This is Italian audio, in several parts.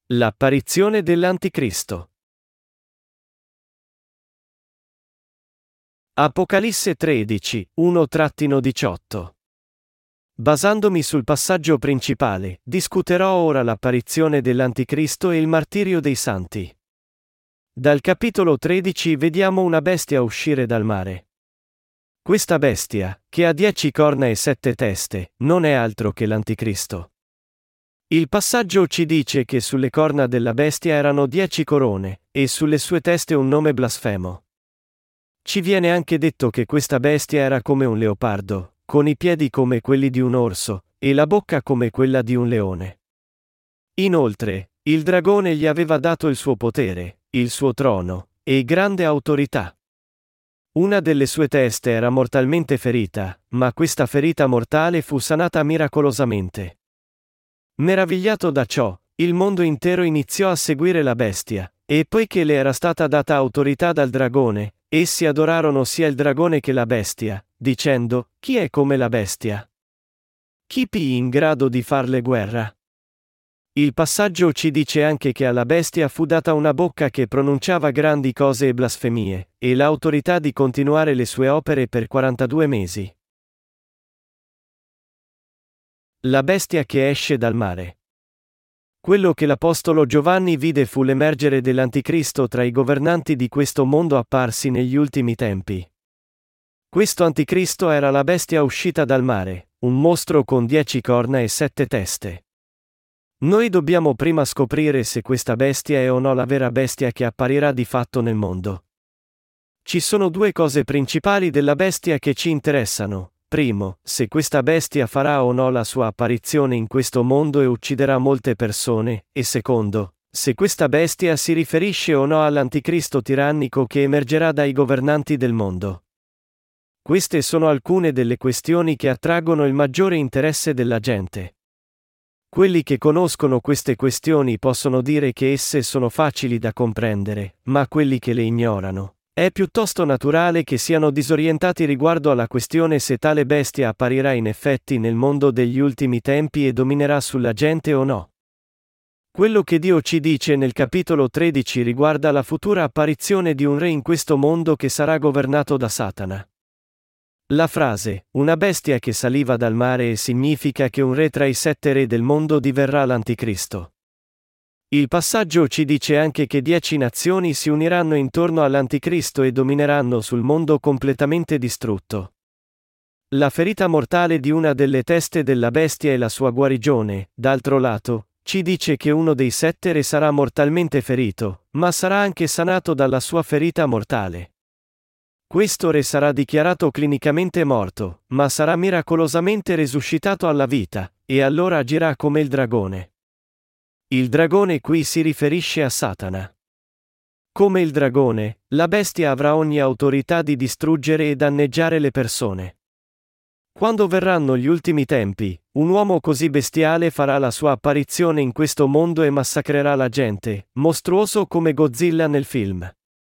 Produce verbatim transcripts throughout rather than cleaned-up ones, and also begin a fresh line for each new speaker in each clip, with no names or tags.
L'apparizione dell'Anticristo. Apocalisse tredici, uno diciotto. Basandomi sul passaggio principale, discuterò ora l'apparizione dell'Anticristo e il martirio dei santi. Dal capitolo tredici vediamo una bestia uscire dal mare. Questa bestia, che ha dieci corna e sette teste, non è altro che l'Anticristo. Il passaggio ci dice che sulle corna della bestia erano dieci corone, e sulle sue teste un nome blasfemo. Ci viene anche detto che questa bestia era come un leopardo, con i piedi come quelli di un orso, e la bocca come quella di un leone. Inoltre, il dragone gli aveva dato il suo potere, il suo trono, e grande autorità. Una delle sue teste era mortalmente ferita, ma questa ferita mortale fu sanata miracolosamente. Meravigliato da ciò, il mondo intero iniziò a seguire la bestia, e poiché le era stata data autorità dal dragone, essi adorarono sia il dragone che la bestia, dicendo: chi è come la bestia? Chi è in grado di farle guerra? Il passaggio ci dice anche che alla bestia fu data una bocca che pronunciava grandi cose e blasfemie, e l'autorità di continuare le sue opere per quarantadue mesi. La bestia che esce dal mare. Quello che l'apostolo Giovanni vide fu l'emergere dell'Anticristo tra i governanti di questo mondo apparsi negli ultimi tempi. Questo Anticristo era la bestia uscita dal mare, un mostro con dieci corna e sette teste. Noi dobbiamo prima scoprire se questa bestia è o no la vera bestia che apparirà di fatto nel mondo. Ci sono due cose principali della bestia che ci interessano. Primo, se questa bestia farà o no la sua apparizione in questo mondo e ucciderà molte persone, e secondo, se questa bestia si riferisce o no all'Anticristo tirannico che emergerà dai governanti del mondo. Queste sono alcune delle questioni che attraggono il maggiore interesse della gente. Quelli che conoscono queste questioni possono dire che esse sono facili da comprendere, ma quelli che le ignorano, è piuttosto naturale che siano disorientati riguardo alla questione se tale bestia apparirà in effetti nel mondo degli ultimi tempi e dominerà sulla gente o no. Quello che Dio ci dice nel capitolo tredici riguarda la futura apparizione di un re in questo mondo che sarà governato da Satana. La frase, una bestia che saliva dal mare, significa che un re tra i sette re del mondo diverrà l'Anticristo. Il passaggio ci dice anche che dieci nazioni si uniranno intorno all'Anticristo e domineranno sul mondo completamente distrutto. La ferita mortale di una delle teste della bestia e la sua guarigione, d'altro lato, ci dice che uno dei sette re sarà mortalmente ferito, ma sarà anche sanato dalla sua ferita mortale. Questo re sarà dichiarato clinicamente morto, ma sarà miracolosamente risuscitato alla vita, e allora agirà come il dragone. Il dragone qui si riferisce a Satana. Come il dragone, la bestia avrà ogni autorità di distruggere e danneggiare le persone. Quando verranno gli ultimi tempi, un uomo così bestiale farà la sua apparizione in questo mondo e massacrerà la gente, mostruoso come Godzilla nel film.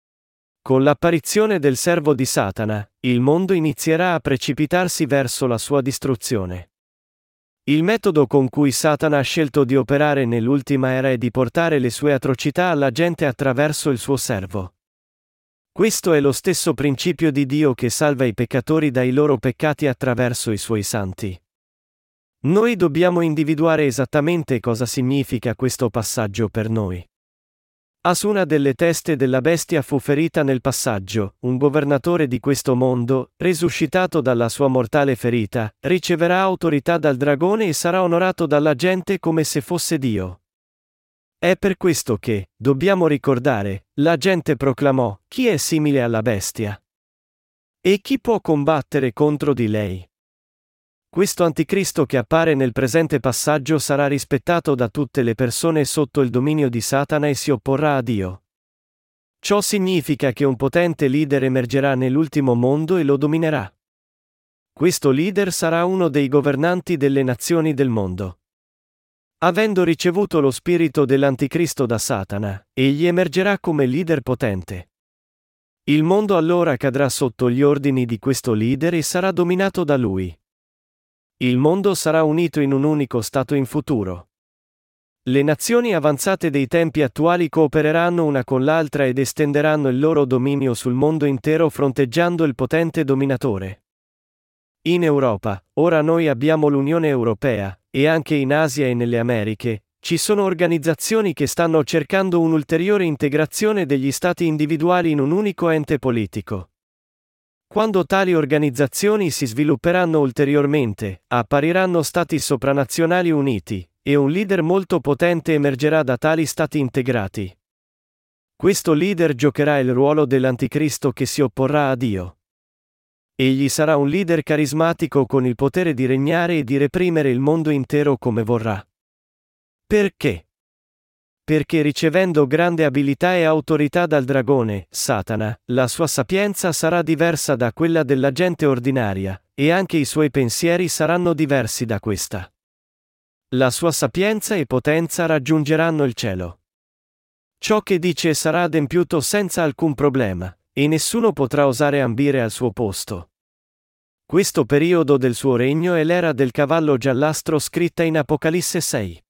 Con l'apparizione del servo di Satana, il mondo inizierà a precipitarsi verso la sua distruzione. Il metodo con cui Satana ha scelto di operare nell'ultima era è di portare le sue atrocità alla gente attraverso il suo servo. Questo è lo stesso principio di Dio che salva i peccatori dai loro peccati attraverso i suoi santi. Noi dobbiamo individuare esattamente cosa significa questo passaggio per noi. Asuna delle teste della bestia fu ferita nel passaggio, un governatore di questo mondo, risuscitato dalla sua mortale ferita, riceverà autorità dal dragone e sarà onorato dalla gente come se fosse Dio. È per questo che, dobbiamo ricordare, la gente proclamò: chi è simile alla bestia? E chi può combattere contro di lei? Questo Anticristo che appare nel presente passaggio sarà rispettato da tutte le persone sotto il dominio di Satana e si opporrà a Dio. Ciò significa che un potente leader emergerà nell'ultimo mondo e lo dominerà. Questo leader sarà uno dei governanti delle nazioni del mondo. Avendo ricevuto lo spirito dell'Anticristo da Satana, egli emergerà come leader potente. Il mondo allora cadrà sotto gli ordini di questo leader e sarà dominato da lui. Il mondo sarà unito in un unico stato in futuro. Le nazioni avanzate dei tempi attuali coopereranno una con l'altra ed estenderanno il loro dominio sul mondo intero fronteggiando il potente dominatore. In Europa, ora noi abbiamo l'Unione Europea, e anche in Asia e nelle Americhe, ci sono organizzazioni che stanno cercando un'ulteriore integrazione degli stati individuali in un unico ente politico. Quando tali organizzazioni si svilupperanno ulteriormente, appariranno stati sopranazionali uniti, e un leader molto potente emergerà da tali stati integrati. Questo leader giocherà il ruolo dell'anticristo che si opporrà a Dio. Egli sarà un leader carismatico con il potere di regnare e di reprimere il mondo intero come vorrà. Perché? Perché ricevendo grande abilità e autorità dal dragone, Satana, la sua sapienza sarà diversa da quella della gente ordinaria, e anche i suoi pensieri saranno diversi da questa. La sua sapienza e potenza raggiungeranno il cielo. Ciò che dice sarà adempiuto senza alcun problema, e nessuno potrà osare ambire al suo posto. Questo periodo del suo regno è l'era del cavallo giallastro scritta in Apocalisse sei.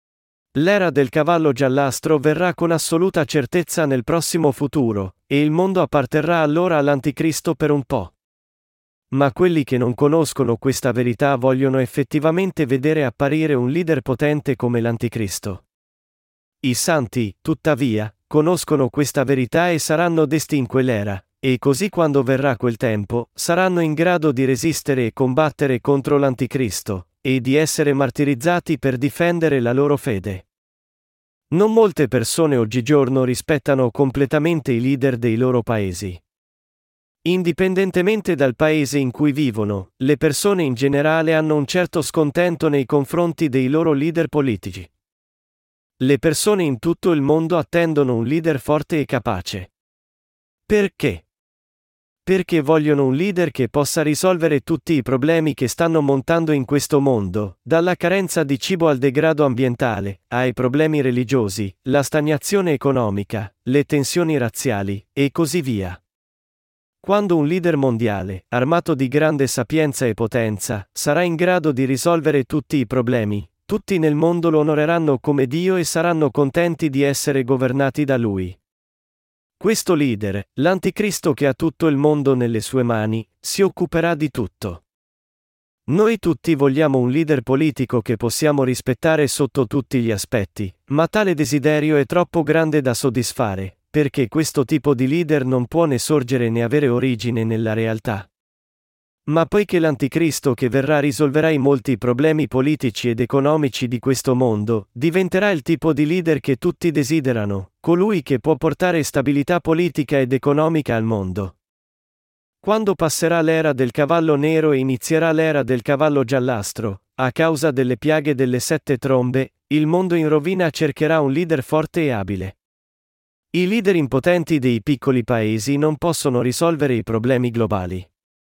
L'era del cavallo giallastro verrà con assoluta certezza nel prossimo futuro, e il mondo apparterrà allora all'anticristo per un po'. Ma quelli che non conoscono questa verità vogliono effettivamente vedere apparire un leader potente come l'anticristo. I santi, tuttavia, conoscono questa verità e saranno desti in quell'era, e così quando verrà quel tempo, saranno in grado di resistere e combattere contro l'anticristo, e di essere martirizzati per difendere la loro fede. Non molte persone oggigiorno rispettano completamente i leader dei loro paesi. Indipendentemente dal paese in cui vivono, le persone in generale hanno un certo scontento nei confronti dei loro leader politici. Le persone in tutto il mondo attendono un leader forte e capace. Perché? Perché vogliono un leader che possa risolvere tutti i problemi che stanno montando in questo mondo, dalla carenza di cibo al degrado ambientale, ai problemi religiosi, la stagnazione economica, le tensioni razziali, e così via. Quando un leader mondiale, armato di grande sapienza e potenza, sarà in grado di risolvere tutti i problemi, tutti nel mondo lo onoreranno come Dio e saranno contenti di essere governati da Lui. Questo leader, l'anticristo che ha tutto il mondo nelle sue mani, si occuperà di tutto. Noi tutti vogliamo un leader politico che possiamo rispettare sotto tutti gli aspetti, ma tale desiderio è troppo grande da soddisfare, perché questo tipo di leader non può né sorgere né avere origine nella realtà. Ma poiché l'anticristo che verrà risolverà i molti problemi politici ed economici di questo mondo, diventerà il tipo di leader che tutti desiderano, colui che può portare stabilità politica ed economica al mondo. Quando passerà l'era del cavallo nero e inizierà l'era del cavallo giallastro, a causa delle piaghe delle sette trombe, il mondo in rovina cercherà un leader forte e abile. I leader impotenti dei piccoli paesi non possono risolvere i problemi globali.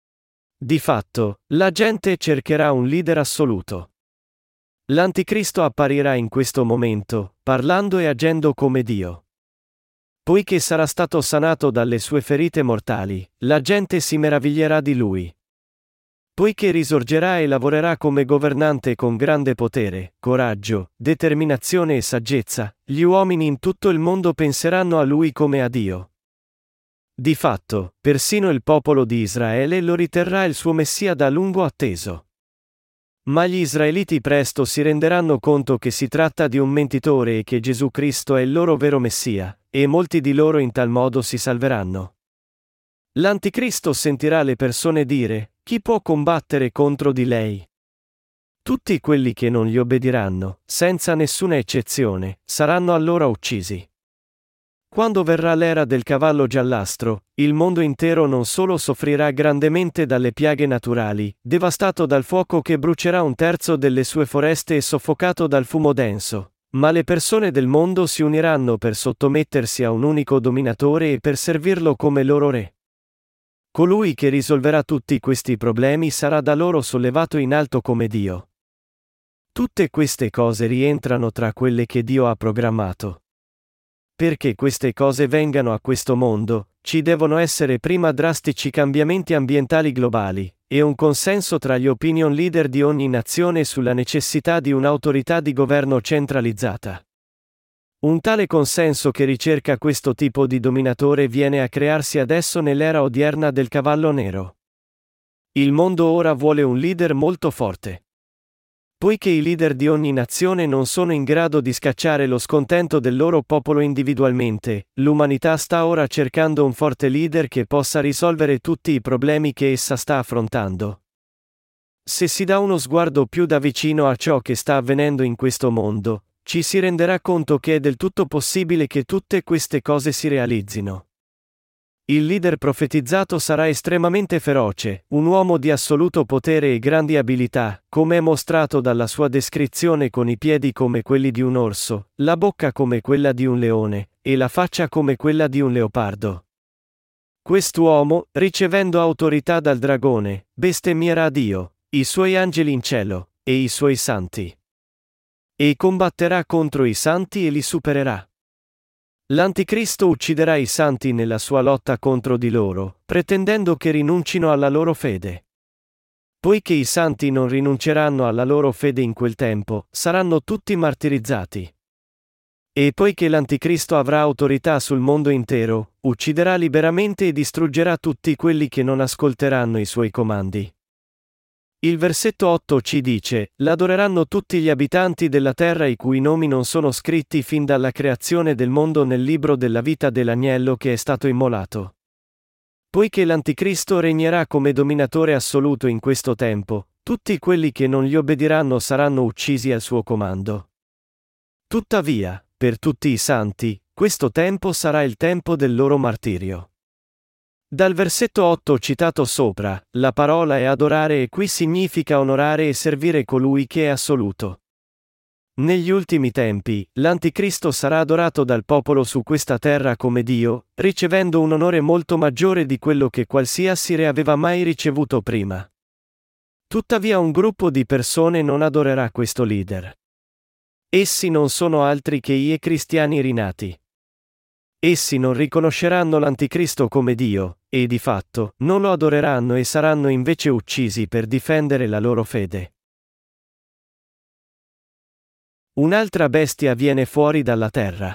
Di fatto, la gente cercherà un leader assoluto. L'anticristo apparirà in questo momento, parlando e agendo come Dio. Poiché sarà stato sanato dalle sue ferite mortali, la gente si meraviglierà di lui. Poiché risorgerà e lavorerà come governante con grande potere, coraggio, determinazione e saggezza, gli uomini in tutto il mondo penseranno a lui come a Dio. Di fatto, persino il popolo di Israele lo riterrà il suo Messia da lungo atteso. Ma gli israeliti presto si renderanno conto che si tratta di un mentitore e che Gesù Cristo è il loro vero Messia, e molti di loro in tal modo si salveranno. L'anticristo sentirà le persone dire: chi può combattere contro di lei? Tutti quelli che non gli obbediranno, senza nessuna eccezione, saranno allora uccisi. Quando verrà l'era del cavallo giallastro, il mondo intero non solo soffrirà grandemente dalle piaghe naturali, devastato dal fuoco che brucerà un terzo delle sue foreste e soffocato dal fumo denso, ma le persone del mondo si uniranno per sottomettersi a un unico dominatore e per servirlo come loro re. Colui che risolverà tutti questi problemi sarà da loro sollevato in alto come Dio. Tutte queste cose rientrano tra quelle che Dio ha programmato. Perché queste cose vengano a questo mondo, ci devono essere prima drastici cambiamenti ambientali globali, e un consenso tra gli opinion leader di ogni nazione sulla necessità di un'autorità di governo centralizzata. Un tale consenso che ricerca questo tipo di dominatore viene a crearsi adesso nell'era odierna del cavallo nero. Il mondo ora vuole un leader molto forte. Poiché i leader di ogni nazione non sono in grado di scacciare lo scontento del loro popolo individualmente, l'umanità sta ora cercando un forte leader che possa risolvere tutti i problemi che essa sta affrontando. Se si dà uno sguardo più da vicino a ciò che sta avvenendo in questo mondo, ci si renderà conto che è del tutto possibile che tutte queste cose si realizzino. Il leader profetizzato sarà estremamente feroce, un uomo di assoluto potere e grandi abilità, come è mostrato dalla sua descrizione, con i piedi come quelli di un orso, la bocca come quella di un leone, e la faccia come quella di un leopardo. Quest'uomo, ricevendo autorità dal dragone, bestemmierà Dio, i suoi angeli in cielo, e i suoi santi. E combatterà contro i santi e li supererà. L'Anticristo ucciderà i santi nella sua lotta contro di loro, pretendendo che rinuncino alla loro fede. Poiché i santi non rinunceranno alla loro fede in quel tempo, saranno tutti martirizzati. E poiché l'Anticristo avrà autorità sul mondo intero, ucciderà liberamente e distruggerà tutti quelli che non ascolteranno i suoi comandi. Il versetto otto ci dice: l'adoreranno tutti gli abitanti della terra i cui nomi non sono scritti fin dalla creazione del mondo nel libro della vita dell'agnello che è stato immolato. Poiché l'Anticristo regnerà come dominatore assoluto in questo tempo, tutti quelli che non gli obbediranno saranno uccisi al suo comando. Tuttavia, per tutti i santi, questo tempo sarà il tempo del loro martirio. Dal versetto otto citato sopra, la parola è adorare e qui significa onorare e servire colui che è assoluto. Negli ultimi tempi, l'Anticristo sarà adorato dal popolo su questa terra come Dio, ricevendo un onore molto maggiore di quello che qualsiasi re aveva mai ricevuto prima. Tuttavia un gruppo di persone non adorerà questo leader. Essi non sono altri che i cristiani rinati. Essi non riconosceranno l'Anticristo come Dio, e di fatto, non lo adoreranno e saranno invece uccisi per difendere la loro fede. Un'altra bestia viene fuori dalla terra.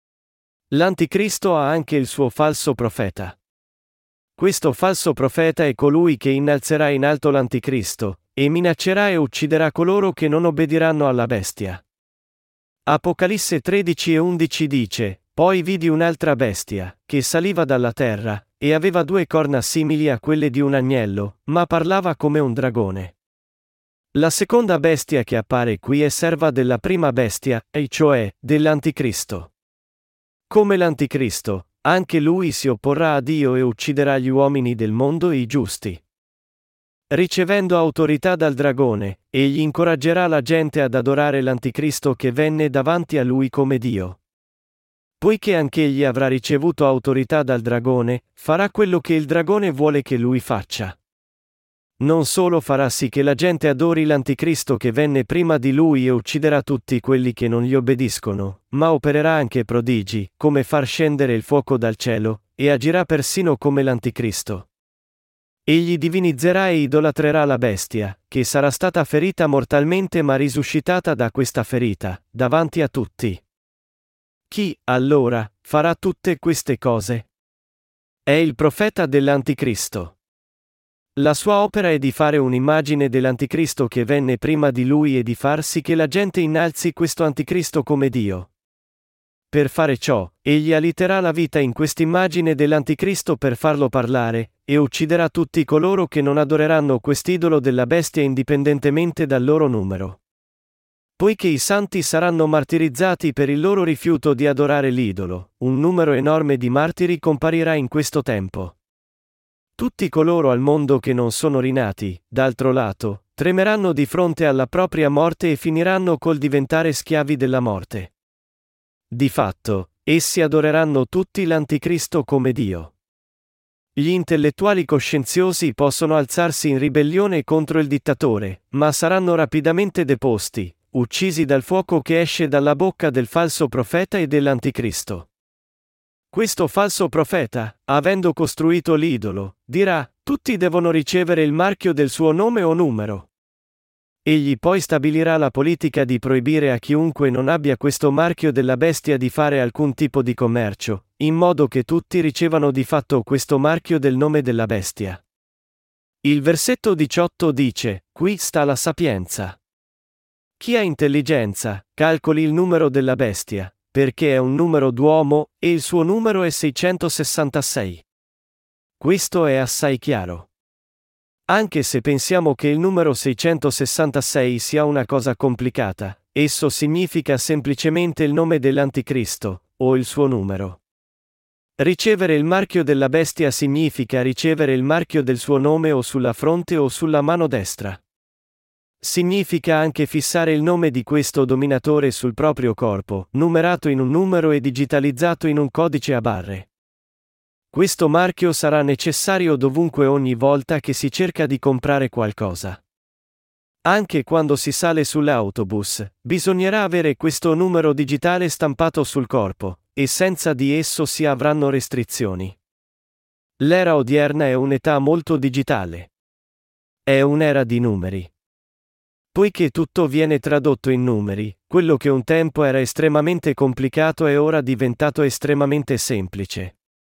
L'Anticristo ha anche il suo falso profeta. Questo falso profeta è colui che innalzerà in alto l'Anticristo, e minaccerà e ucciderà coloro che non obbediranno alla bestia. Apocalisse tredici e undici dice: poi vidi un'altra bestia, che saliva dalla terra, e aveva due corna simili a quelle di un agnello, ma parlava come un dragone. La seconda bestia che appare qui è serva della prima bestia, e cioè, dell'Anticristo. Come l'Anticristo, anche lui si opporrà a Dio e ucciderà gli uomini del mondo e i giusti. Ricevendo autorità dal dragone, egli incoraggerà la gente ad adorare l'Anticristo che venne davanti a lui come Dio. Poiché anch'egli avrà ricevuto autorità dal dragone, farà quello che il dragone vuole che lui faccia. Non solo farà sì che la gente adori l'Anticristo che venne prima di lui e ucciderà tutti quelli che non gli obbediscono, ma opererà anche prodigi, come far scendere il fuoco dal cielo, e agirà persino come l'Anticristo. Egli divinizzerà e idolatrerà la bestia, che sarà stata ferita mortalmente ma risuscitata da questa ferita, davanti a tutti. Chi, allora, farà tutte queste cose? È il profeta dell'Anticristo. La sua opera è di fare un'immagine dell'Anticristo che venne prima di lui e di far sì che la gente innalzi questo Anticristo come Dio. Per fare ciò, egli aliterà la vita in quest'immagine dell'Anticristo per farlo parlare, e ucciderà tutti coloro che non adoreranno quest'idolo della bestia indipendentemente dal loro numero. Poiché i santi saranno martirizzati per il loro rifiuto di adorare l'idolo, un numero enorme di martiri comparirà in questo tempo. Tutti coloro al mondo che non sono rinati, d'altro lato, tremeranno di fronte alla propria morte e finiranno col diventare schiavi della morte. Di fatto, essi adoreranno tutti l'Anticristo come Dio. Gli intellettuali coscienziosi possono alzarsi in ribellione contro il dittatore, ma saranno rapidamente deposti, uccisi dal fuoco che esce dalla bocca del falso profeta e dell'Anticristo. Questo falso profeta, avendo costruito l'idolo, dirà: Tutti devono ricevere il marchio del suo nome o numero. Egli poi stabilirà la politica di proibire a chiunque non abbia questo marchio della bestia di fare alcun tipo di commercio, in modo che tutti ricevano di fatto questo marchio del nome della bestia. Il versetto diciotto dice: qui sta la sapienza. Chi ha intelligenza, calcoli il numero della bestia, perché è un numero d'uomo, e il suo numero è seicentosessantasei. Questo è assai chiaro. Anche se pensiamo che il numero seicentosessantasei sia una cosa complicata, esso significa semplicemente il nome dell'Anticristo, o il suo numero. Ricevere il marchio della bestia significa ricevere il marchio del suo nome o sulla fronte o sulla mano destra. Significa anche fissare il nome di questo dominatore sul proprio corpo, numerato in un numero e digitalizzato in un codice a barre. Questo marchio sarà necessario dovunque ogni volta che si cerca di comprare qualcosa. Anche quando si sale sull'autobus, bisognerà avere questo numero digitale stampato sul corpo, e senza di esso si avranno restrizioni. L'era odierna è un'età molto digitale. È un'era di numeri. Poiché tutto viene tradotto in numeri, quello che un tempo era estremamente complicato è ora diventato estremamente semplice.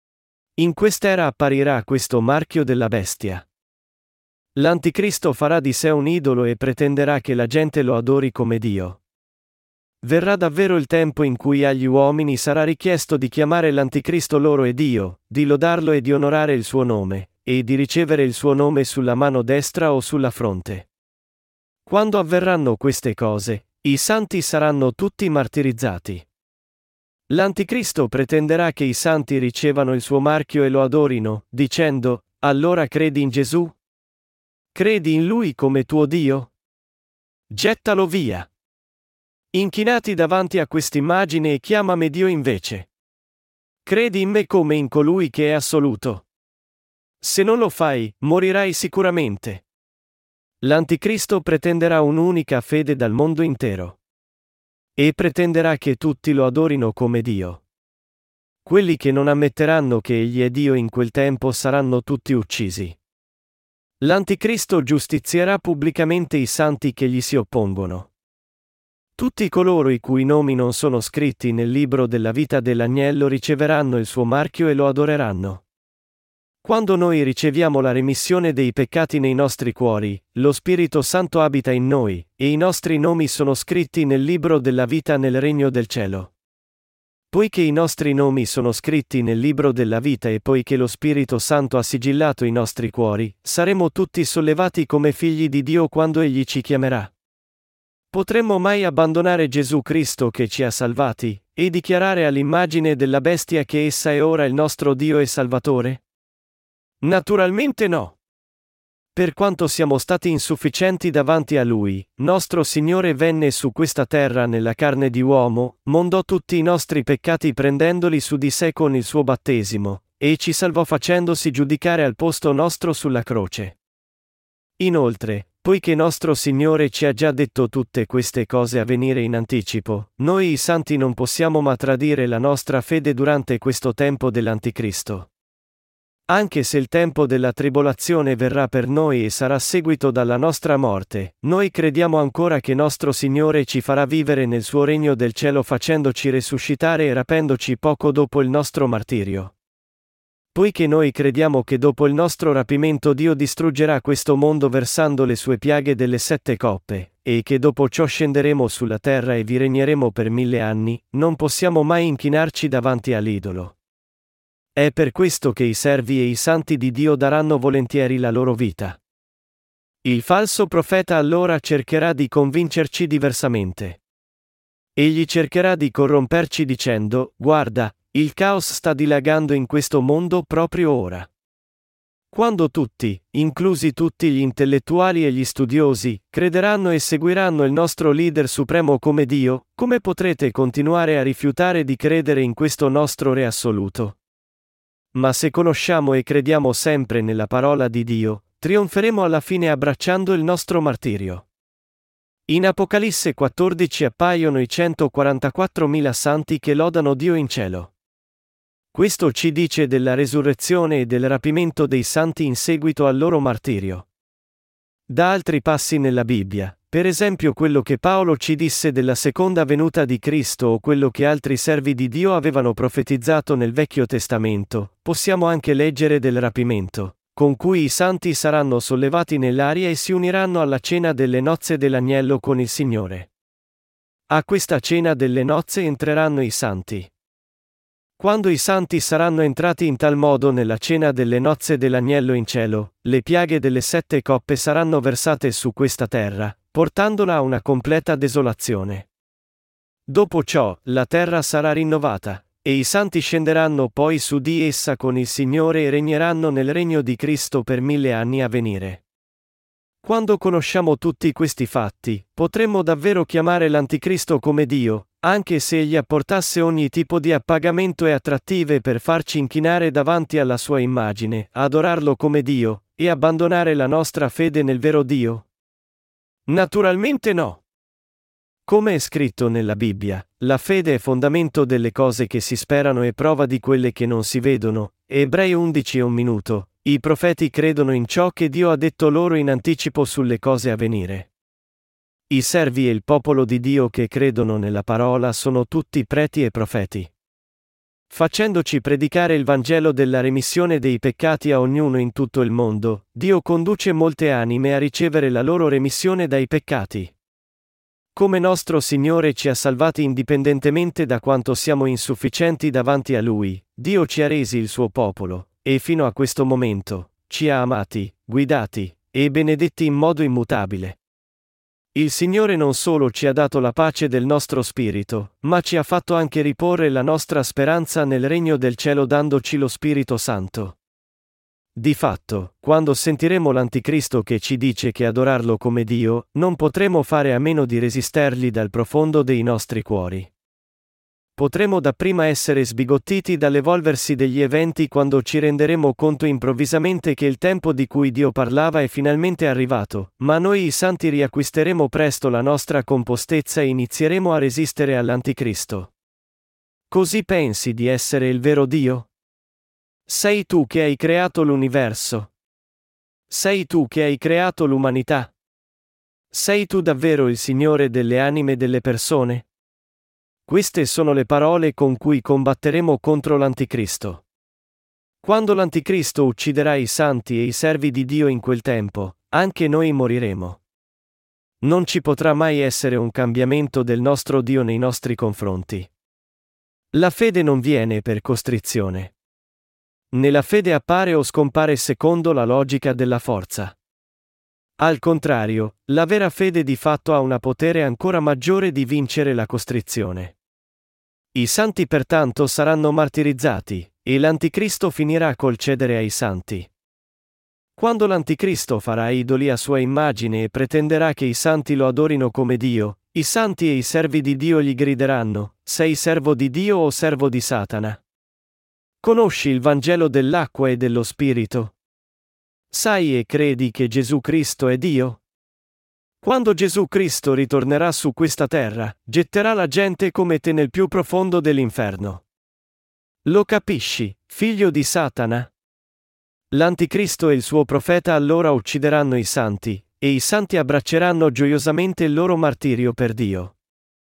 In quest'era apparirà questo marchio della bestia. L'Anticristo farà di sé un idolo e pretenderà che la gente lo adori come Dio. Verrà davvero il tempo in cui agli uomini sarà richiesto di chiamare l'Anticristo loro e Dio, di lodarlo e di onorare il suo nome, e di ricevere il suo nome sulla mano destra o sulla fronte. Quando avverranno queste cose, i santi saranno tutti martirizzati. L'Anticristo pretenderà che i santi ricevano il suo marchio e lo adorino, dicendo: allora credi in Gesù? Credi in Lui come tuo Dio? Gettalo via! Inchinati davanti a quest'immagine e chiamami Dio invece. Credi in me come in colui che è assoluto. Se non lo fai, morirai sicuramente. L'Anticristo pretenderà un'unica fede dal mondo intero. E pretenderà che tutti lo adorino come Dio. Quelli che non ammetteranno che Egli è Dio in quel tempo saranno tutti uccisi. L'Anticristo giustizierà pubblicamente i santi che gli si oppongono. Tutti coloro i cui nomi non sono scritti nel libro della vita dell'agnello riceveranno il suo marchio e lo adoreranno. Quando noi riceviamo la remissione dei peccati nei nostri cuori, lo Spirito Santo abita in noi, e i nostri nomi sono scritti nel libro della vita nel regno del cielo. Poiché i nostri nomi sono scritti nel libro della vita e poiché lo Spirito Santo ha sigillato i nostri cuori, saremo tutti sollevati come figli di Dio quando Egli ci chiamerà. Potremmo mai abbandonare Gesù Cristo che ci ha salvati, e dichiarare all'immagine della bestia che essa è ora il nostro Dio e Salvatore? Naturalmente no. Per quanto siamo stati insufficienti davanti a Lui, nostro Signore venne su questa terra nella carne di uomo, mondò tutti i nostri peccati prendendoli su di sé con il suo battesimo, e ci salvò facendosi giudicare al posto nostro sulla croce. Inoltre, poiché nostro Signore ci ha già detto tutte queste cose a venire in anticipo, noi i santi non possiamo ma tradire la nostra fede durante questo tempo dell'Anticristo. Anche se il tempo della tribolazione verrà per noi e sarà seguito dalla nostra morte, noi crediamo ancora che nostro Signore ci farà vivere nel suo regno del cielo facendoci resuscitare e rapendoci poco dopo il nostro martirio. Poiché noi crediamo che dopo il nostro rapimento Dio distruggerà questo mondo versando le sue piaghe delle sette coppe, e che dopo ciò scenderemo sulla terra e vi regneremo per mille anni, non possiamo mai inchinarci davanti all'idolo. È per questo che i servi e i santi di Dio daranno volentieri la loro vita. Il falso profeta allora cercherà di convincerci diversamente. Egli cercherà di corromperci dicendo: guarda, il caos sta dilagando in questo mondo proprio ora. Quando tutti, inclusi tutti gli intellettuali e gli studiosi, crederanno e seguiranno il nostro leader supremo come Dio, come potrete continuare a rifiutare di credere in questo nostro Re assoluto? Ma se conosciamo e crediamo sempre nella parola di Dio, trionferemo alla fine abbracciando il nostro martirio. In Apocalisse quattordici appaiono i centoquarantaquattromila santi che lodano Dio in cielo. Questo ci dice della resurrezione e del rapimento dei santi in seguito al loro martirio. Da altri passi nella Bibbia, per esempio quello che Paolo ci disse della seconda venuta di Cristo o quello che altri servi di Dio avevano profetizzato nel Vecchio Testamento, possiamo anche leggere del rapimento, con cui i santi saranno sollevati nell'aria e si uniranno alla cena delle nozze dell'agnello con il Signore. A questa cena delle nozze entreranno i santi. Quando i santi saranno entrati in tal modo nella cena delle nozze dell'agnello in cielo, le piaghe delle sette coppe saranno versate su questa terra, portandola a una completa desolazione. Dopo ciò, la terra sarà rinnovata, e i santi scenderanno poi su di essa con il Signore e regneranno nel regno di Cristo per mille anni a venire. Quando conosciamo tutti questi fatti, potremmo davvero chiamare l'Anticristo come Dio, anche se egli apportasse ogni tipo di appagamento e attrattive per farci inchinare davanti alla sua immagine, adorarlo come Dio, e abbandonare la nostra fede nel vero Dio? Naturalmente no. Come è scritto nella Bibbia, la fede è fondamento delle cose che si sperano e prova di quelle che non si vedono. Ebrei undici e un minuto. I profeti credono in ciò che Dio ha detto loro in anticipo sulle cose a venire. I servi e il popolo di Dio che credono nella parola sono tutti preti e profeti. Facendoci predicare il Vangelo della remissione dei peccati a ognuno in tutto il mondo, Dio conduce molte anime a ricevere la loro remissione dai peccati. Come nostro Signore ci ha salvati indipendentemente da quanto siamo insufficienti davanti a Lui, Dio ci ha resi il suo popolo, e fino a questo momento, ci ha amati, guidati, e benedetti in modo immutabile. Il Signore non solo ci ha dato la pace del nostro spirito, ma ci ha fatto anche riporre la nostra speranza nel regno del cielo dandoci lo Spirito Santo. Di fatto, quando sentiremo l'Anticristo che ci dice che adorarlo come Dio, non potremo fare a meno di resistergli dal profondo dei nostri cuori. Potremo dapprima essere sbigottiti dall'evolversi degli eventi quando ci renderemo conto improvvisamente che il tempo di cui Dio parlava è finalmente arrivato, ma noi i santi riacquisteremo presto la nostra compostezza e inizieremo a resistere all'Anticristo. Così pensi di essere il vero Dio? Sei tu che hai creato l'universo? Sei tu che hai creato l'umanità? Sei tu davvero il Signore delle anime delle persone? Queste sono le parole con cui combatteremo contro l'Anticristo. Quando l'Anticristo ucciderà i santi e i servi di Dio in quel tempo, anche noi moriremo. Non ci potrà mai essere un cambiamento del nostro Dio nei nostri confronti. La fede non viene per costrizione. Né la fede appare o scompare secondo la logica della forza. Al contrario, la vera fede di fatto ha un potere ancora maggiore di vincere la costrizione. I santi pertanto saranno martirizzati, e l'Anticristo finirà col cedere ai santi. Quando l'Anticristo farà idoli a sua immagine e pretenderà che i santi lo adorino come Dio, i santi e i servi di Dio gli grideranno: sei servo di Dio o servo di Satana? Conosci il Vangelo dell'acqua e dello Spirito? Sai e credi che Gesù Cristo è Dio? Quando Gesù Cristo ritornerà su questa terra, getterà la gente come te nel più profondo dell'inferno. Lo capisci, figlio di Satana? L'Anticristo e il suo profeta allora uccideranno i santi, e i santi abbracceranno gioiosamente il loro martirio per Dio.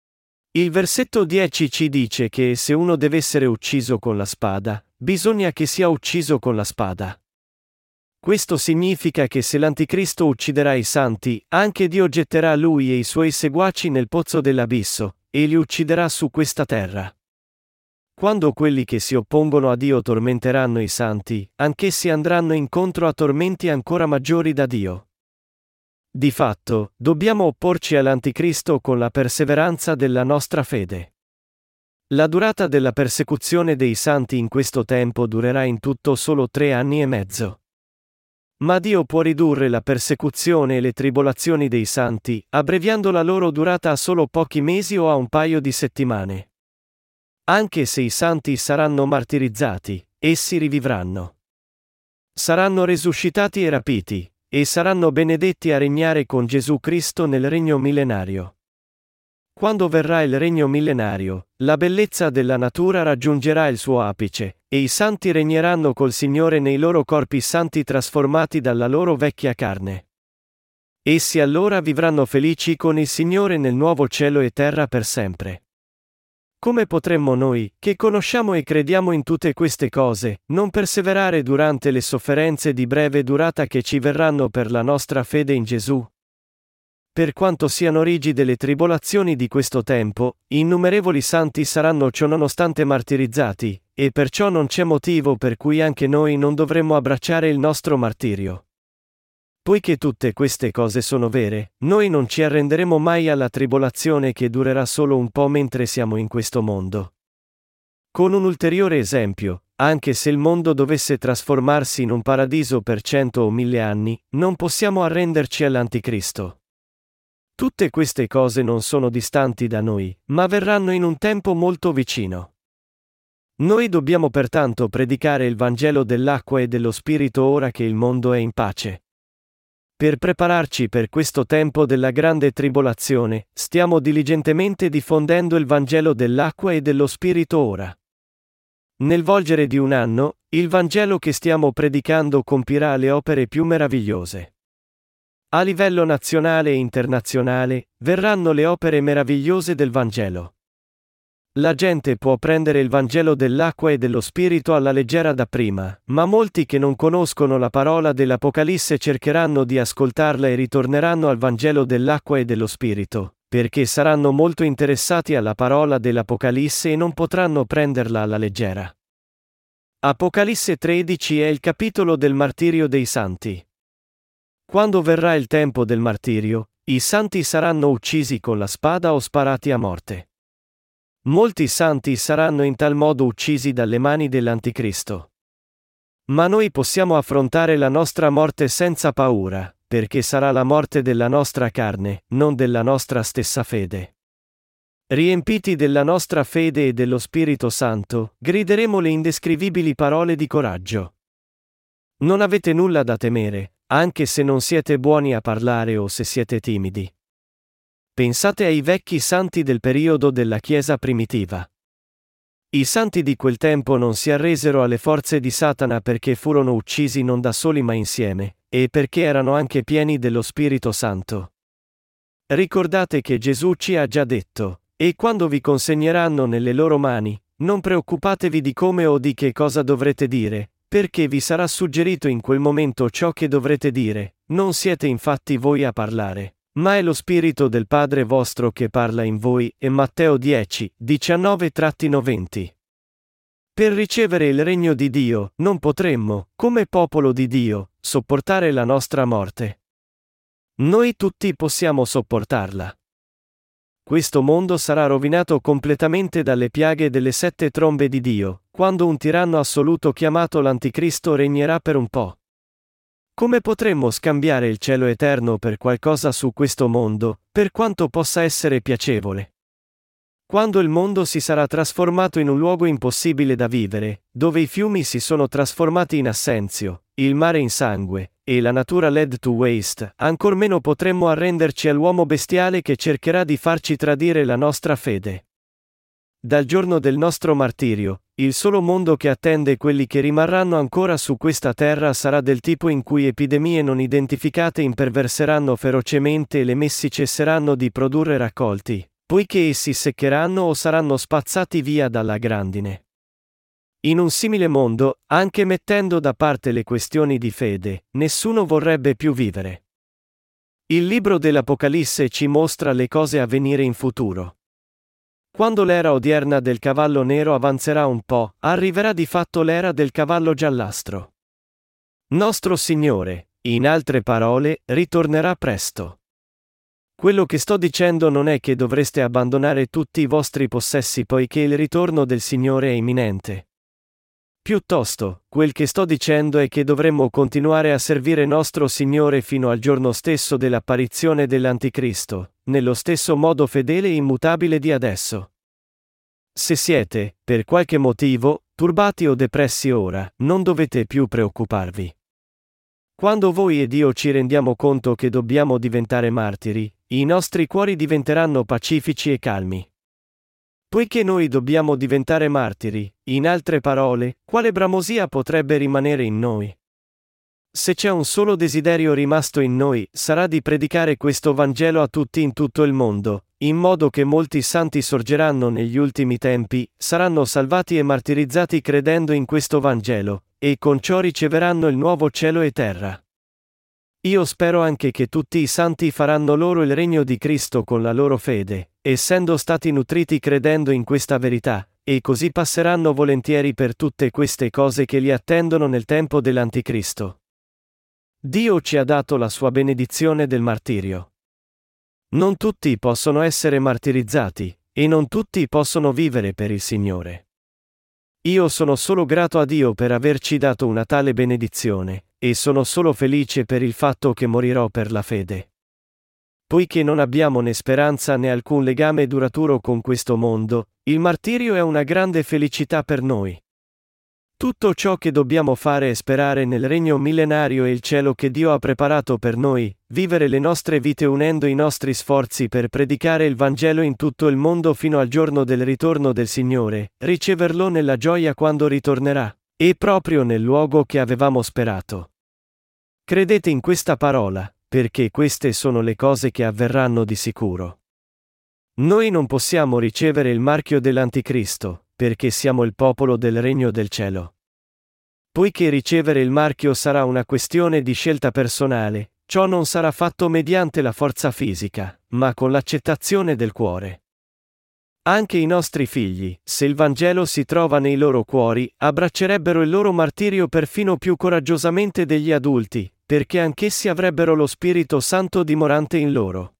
Il versetto dieci ci dice che se uno deve essere ucciso con la spada, bisogna che sia ucciso con la spada. Questo significa che se l'Anticristo ucciderà i santi, anche Dio getterà lui e i suoi seguaci nel pozzo dell'abisso, e li ucciderà su questa terra. Quando quelli che si oppongono a Dio tormenteranno i santi, anch'essi andranno incontro a tormenti ancora maggiori da Dio. Di fatto, dobbiamo opporci all'Anticristo con la perseveranza della nostra fede. La durata della persecuzione dei santi in questo tempo durerà in tutto solo tre anni e mezzo. Ma Dio può ridurre la persecuzione e le tribolazioni dei santi, abbreviando la loro durata a solo pochi mesi o a un paio di settimane. Anche se i santi saranno martirizzati, essi rivivranno. Saranno resuscitati e rapiti, e saranno benedetti a regnare con Gesù Cristo nel regno millenario. Quando verrà il regno millenario, la bellezza della natura raggiungerà il suo apice, e i santi regneranno col Signore nei loro corpi santi trasformati dalla loro vecchia carne. Essi allora vivranno felici con il Signore nel nuovo cielo e terra per sempre. Come potremmo noi, che conosciamo e crediamo in tutte queste cose, non perseverare durante le sofferenze di breve durata che ci verranno per la nostra fede in Gesù? Per quanto siano rigide le tribolazioni di questo tempo, innumerevoli santi saranno ciononostante martirizzati, e perciò non c'è motivo per cui anche noi non dovremmo abbracciare il nostro martirio. Poiché tutte queste cose sono vere, noi non ci arrenderemo mai alla tribolazione che durerà solo un po' mentre siamo in questo mondo. Con un ulteriore esempio, anche se il mondo dovesse trasformarsi in un paradiso per cento o mille anni, non possiamo arrenderci all'Anticristo. Tutte queste cose non sono distanti da noi, ma verranno in un tempo molto vicino. Noi dobbiamo pertanto predicare il Vangelo dell'acqua e dello Spirito ora che il mondo è in pace. Per prepararci per questo tempo della grande tribolazione, stiamo diligentemente diffondendo il Vangelo dell'acqua e dello Spirito ora. Nel volgere di un anno, il Vangelo che stiamo predicando compirà le opere più meravigliose. A livello nazionale e internazionale, verranno le opere meravigliose del Vangelo. La gente può prendere il Vangelo dell'acqua e dello Spirito alla leggera dapprima, ma molti che non conoscono la parola dell'Apocalisse cercheranno di ascoltarla e ritorneranno al Vangelo dell'acqua e dello Spirito, perché saranno molto interessati alla parola dell'Apocalisse e non potranno prenderla alla leggera. Apocalisse tredici è il capitolo del martirio dei santi. Quando verrà il tempo del martirio, i santi saranno uccisi con la spada o sparati a morte. Molti santi saranno in tal modo uccisi dalle mani dell'Anticristo. Ma noi possiamo affrontare la nostra morte senza paura, perché sarà la morte della nostra carne, non della nostra stessa fede. Riempiti della nostra fede e dello Spirito Santo, grideremo le indescrivibili parole di coraggio. Non avete nulla da temere, anche se non siete buoni a parlare o se siete timidi. Pensate ai vecchi santi del periodo della Chiesa primitiva. I santi di quel tempo non si arresero alle forze di Satana perché furono uccisi non da soli ma insieme, e perché erano anche pieni dello Spirito Santo. Ricordate che Gesù ci ha già detto: «E quando vi consegneranno nelle loro mani, non preoccupatevi di come o di che cosa dovrete dire, perché vi sarà suggerito in quel momento ciò che dovrete dire, non siete infatti voi a parlare, ma è lo Spirito del Padre vostro che parla in voi». E Matteo dieci, diciannove venti. Per ricevere il regno di Dio, non potremmo, come popolo di Dio, sopportare la nostra morte. Noi tutti possiamo sopportarla. Questo mondo sarà rovinato completamente dalle piaghe delle sette trombe di Dio, quando un tiranno assoluto chiamato l'Anticristo regnerà per un po'. Come potremmo scambiare il cielo eterno per qualcosa su questo mondo, per quanto possa essere piacevole? Quando il mondo si sarà trasformato in un luogo impossibile da vivere, dove i fiumi si sono trasformati in assenzio, il mare in sangue, e la natura led to waste, ancor meno potremmo arrenderci all'uomo bestiale che cercherà di farci tradire la nostra fede. Dal giorno del nostro martirio, il solo mondo che attende quelli che rimarranno ancora su questa terra sarà del tipo in cui epidemie non identificate imperverseranno ferocemente e le messi cesseranno di produrre raccolti, poiché essi seccheranno o saranno spazzati via dalla grandine. In un simile mondo, anche mettendo da parte le questioni di fede, nessuno vorrebbe più vivere. Il libro dell'Apocalisse ci mostra le cose a venire in futuro. Quando l'era odierna del cavallo nero avanzerà un po', arriverà di fatto l'era del cavallo giallastro. Nostro Signore, in altre parole, ritornerà presto. Quello che sto dicendo non è che dovreste abbandonare tutti i vostri possessi poiché il ritorno del Signore è imminente. Piuttosto, quel che sto dicendo è che dovremmo continuare a servire nostro Signore fino al giorno stesso dell'apparizione dell'Anticristo, nello stesso modo fedele e immutabile di adesso. Se siete, per qualche motivo, turbati o depressi ora, non dovete più preoccuparvi. Quando voi ed io ci rendiamo conto che dobbiamo diventare martiri, i nostri cuori diventeranno pacifici e calmi. Poiché noi dobbiamo diventare martiri, in altre parole, quale bramosia potrebbe rimanere in noi? Se c'è un solo desiderio rimasto in noi, sarà di predicare questo Vangelo a tutti in tutto il mondo, in modo che molti santi sorgeranno negli ultimi tempi, saranno salvati e martirizzati credendo in questo Vangelo, e con ciò riceveranno il nuovo cielo e terra. Io spero anche che tutti i santi faranno loro il regno di Cristo con la loro fede, essendo stati nutriti credendo in questa verità, e così passeranno volentieri per tutte queste cose che li attendono nel tempo dell'Anticristo. Dio ci ha dato la sua benedizione del martirio. Non tutti possono essere martirizzati, e non tutti possono vivere per il Signore. Io sono solo grato a Dio per averci dato una tale benedizione, e sono solo felice per il fatto che morirò per la fede. Poiché non abbiamo né speranza né alcun legame duraturo con questo mondo, il martirio è una grande felicità per noi. Tutto ciò che dobbiamo fare è sperare nel regno millenario e il cielo che Dio ha preparato per noi, vivere le nostre vite unendo i nostri sforzi per predicare il Vangelo in tutto il mondo fino al giorno del ritorno del Signore, riceverlo nella gioia quando ritornerà, e proprio nel luogo che avevamo sperato. Credete in questa parola, perché queste sono le cose che avverranno di sicuro. Noi non possiamo ricevere il marchio dell'Anticristo, perché siamo il popolo del regno del cielo. Poiché ricevere il marchio sarà una questione di scelta personale, ciò non sarà fatto mediante la forza fisica, ma con l'accettazione del cuore. Anche i nostri figli, se il Vangelo si trova nei loro cuori, abbraccerebbero il loro martirio perfino più coraggiosamente degli adulti, perché anch'essi avrebbero lo Spirito Santo dimorante in loro.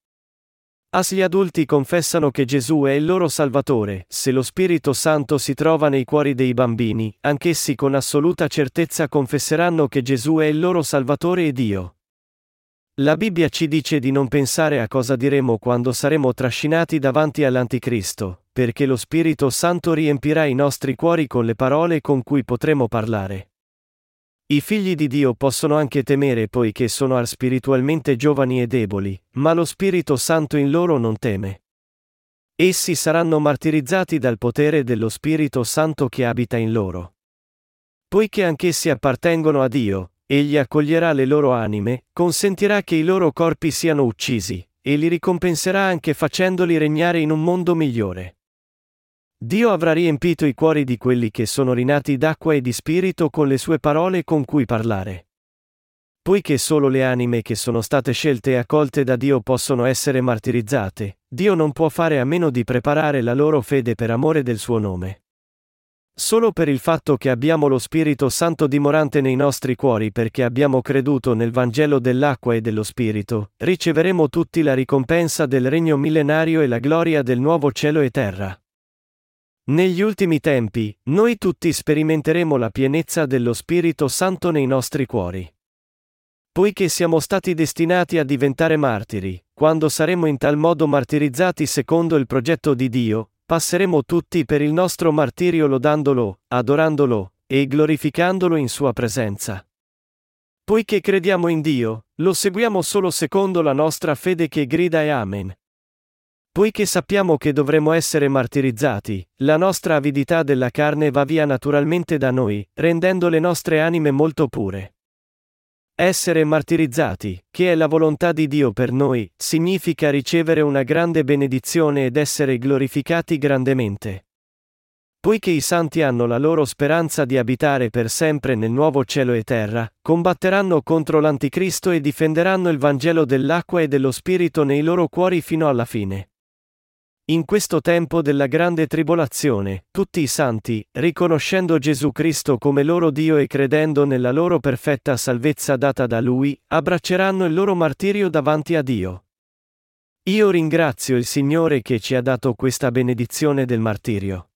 As gli adulti confessano che Gesù è il loro Salvatore, se lo Spirito Santo si trova nei cuori dei bambini, anch'essi con assoluta certezza confesseranno che Gesù è il loro Salvatore e Dio. La Bibbia ci dice di non pensare a cosa diremo quando saremo trascinati davanti all'Anticristo, perché lo Spirito Santo riempirà i nostri cuori con le parole con cui potremo parlare. I figli di Dio possono anche temere poiché sono spiritualmente giovani e deboli, ma lo Spirito Santo in loro non teme. Essi saranno martirizzati dal potere dello Spirito Santo che abita in loro. Poiché anch'essi appartengono a Dio, Egli accoglierà le loro anime, consentirà che i loro corpi siano uccisi, e li ricompenserà anche facendoli regnare in un mondo migliore. Dio avrà riempito i cuori di quelli che sono rinati d'acqua e di spirito con le sue parole con cui parlare. Poiché solo le anime che sono state scelte e accolte da Dio possono essere martirizzate, Dio non può fare a meno di preparare la loro fede per amore del suo nome. Solo per il fatto che abbiamo lo Spirito Santo dimorante nei nostri cuori perché abbiamo creduto nel Vangelo dell'acqua e dello Spirito, riceveremo tutti la ricompensa del regno millenario e la gloria del nuovo cielo e terra. Negli ultimi tempi, noi tutti sperimenteremo la pienezza dello Spirito Santo nei nostri cuori. Poiché siamo stati destinati a diventare martiri, quando saremo in tal modo martirizzati secondo il progetto di Dio, passeremo tutti per il nostro martirio lodandolo, adorandolo, e glorificandolo in sua presenza. Poiché crediamo in Dio, lo seguiamo solo secondo la nostra fede che grida e Amen. Poiché sappiamo che dovremo essere martirizzati, la nostra avidità della carne va via naturalmente da noi, rendendo le nostre anime molto pure. Essere martirizzati, che è la volontà di Dio per noi, significa ricevere una grande benedizione ed essere glorificati grandemente. Poiché i santi hanno la loro speranza di abitare per sempre nel nuovo cielo e terra, combatteranno contro l'Anticristo e difenderanno il Vangelo dell'acqua e dello Spirito nei loro cuori fino alla fine. In questo tempo della grande tribolazione, tutti i santi, riconoscendo Gesù Cristo come loro Dio e credendo nella loro perfetta salvezza data da Lui, abbracceranno il loro martirio davanti a Dio. Io ringrazio il Signore che ci ha dato questa benedizione del martirio.